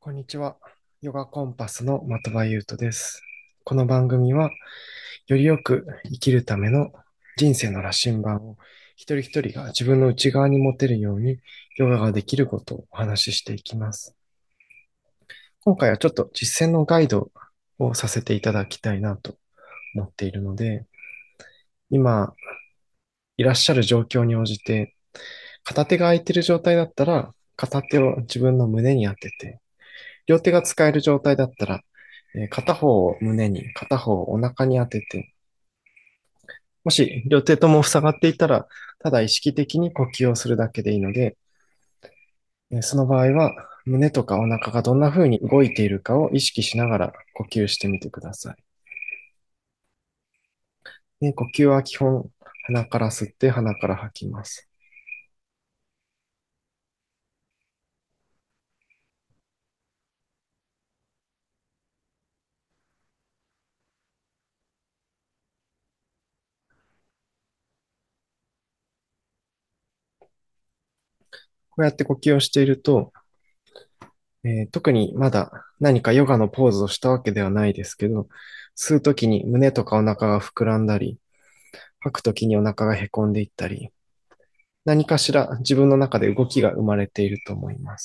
こんにちは。ヨガコンパスの的場優斗です。この番組は、よりよく生きるための人生の羅針盤を一人一人が自分の内側に持てるように、ヨガができることをお話ししていきます。今回はちょっと実践のガイドをさせていただきたいなと思っているので、今いらっしゃる状況に応じて、片手が空いている状態だったら、片手を自分の胸に当てて、両手が使える状態だったら、片方を胸に、片方をお腹に当てて、もし両手とも塞がっていたら、ただ意識的に呼吸をするだけでいいので、その場合は胸とかお腹がどんな風に動いているかを意識しながら呼吸してみてください。呼吸は基本、鼻から吸って鼻から吐きます。こうやって呼吸をしていると、特にまだ何かヨガのポーズをしたわけではないですけど、吸うときに胸とかお腹が膨らんだり、吐くときにお腹がへこんでいったり、何かしら自分の中で動きが生まれていると思います。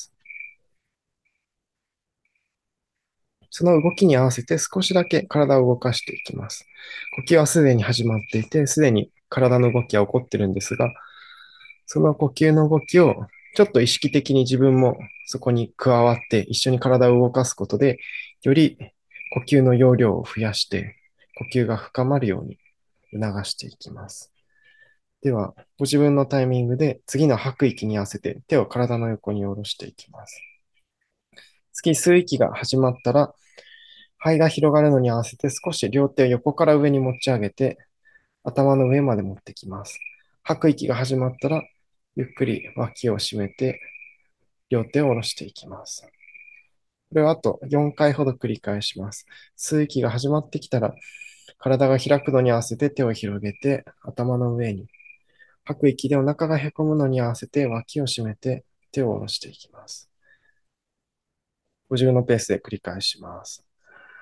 その動きに合わせて少しだけ体を動かしていきます。呼吸はすでに始まっていて、すでに体の動きは起こってるんですが、その呼吸の動きをちょっと意識的に自分もそこに加わって一緒に体を動かすことで、より呼吸の容量を増やして、呼吸が深まるように促していきます。では、ご自分のタイミングで次の吐く息に合わせて手を体の横に下ろしていきます。次、吸う息が始まったら、肺が広がるのに合わせて少し両手を横から上に持ち上げて、頭の上まで持ってきます。吐く息が始まったら、ゆっくり脇を締めて、両手を下ろしていきます。これをあと4回ほど繰り返します。吸う息が始まってきたら、体が開くのに合わせて手を広げて、頭の上に。吐く息でお腹がへこむのに合わせて脇を締めて手を下ろしていきます。ご自分のペースで繰り返します。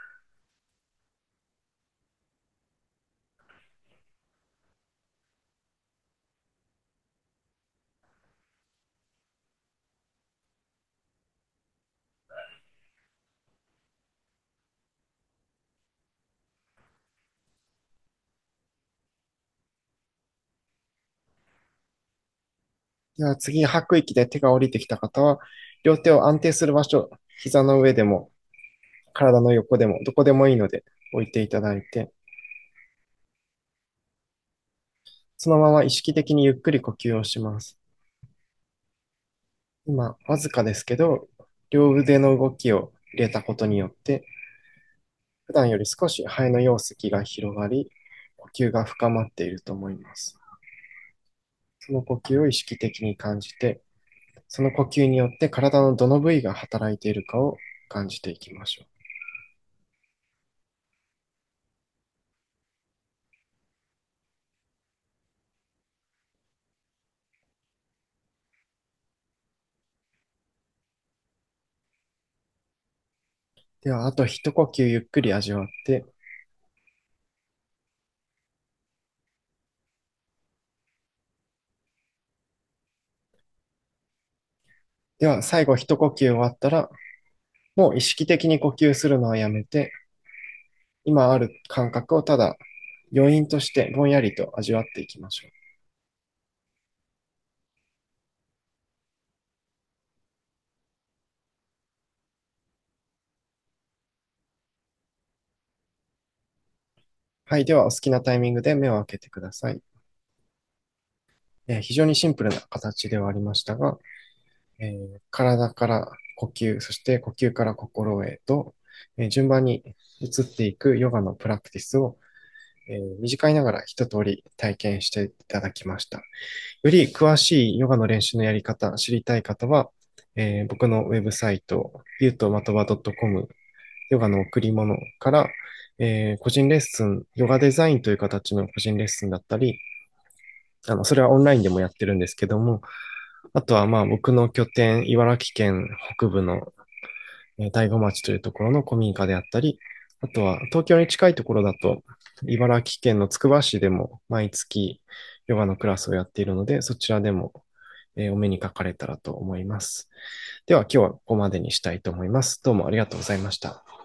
では次、吐く息で手が降りてきた方は、両手を安定する場所、膝の上でも、体の横でも、どこでもいいので置いていただいて、そのまま意識的にゆっくり呼吸をします。今、わずかですけど、両腕の動きを入れたことによって、普段より少し肺の容積が広がり、呼吸が深まっていると思います。その呼吸を意識的に感じて、その呼吸によって体のどの部位が働いているかを感じていきましょう。では、あと一呼吸ゆっくり味わって、では、最後一呼吸終わったら、もう意識的に呼吸するのはやめて、今ある感覚をただ余韻としてぼんやりと味わっていきましょう。はい。では、お好きなタイミングで目を開けてください。非常にシンプルな形ではありましたが、体から呼吸、そして呼吸から心へと、順番に移っていくヨガのプラクティスを、短いながら一通り体験していただきました。より詳しいヨガの練習のやり方、知りたい方は、僕のウェブサイト、ゆうとまとば .com、ヨガの贈り物から、個人レッスン、ヨガデザインという形の個人レッスンだったり、それはオンラインでもやってるんですけども、あとはまあ僕の拠点、茨城県北部の大子町というところの古民家であったり、あとは東京に近いところだと、茨城県のつくば市でも毎月ヨガのクラスをやっているので、そちらでもお目にかかれたらと思います。では今日はここまでにしたいと思います。どうもありがとうございました。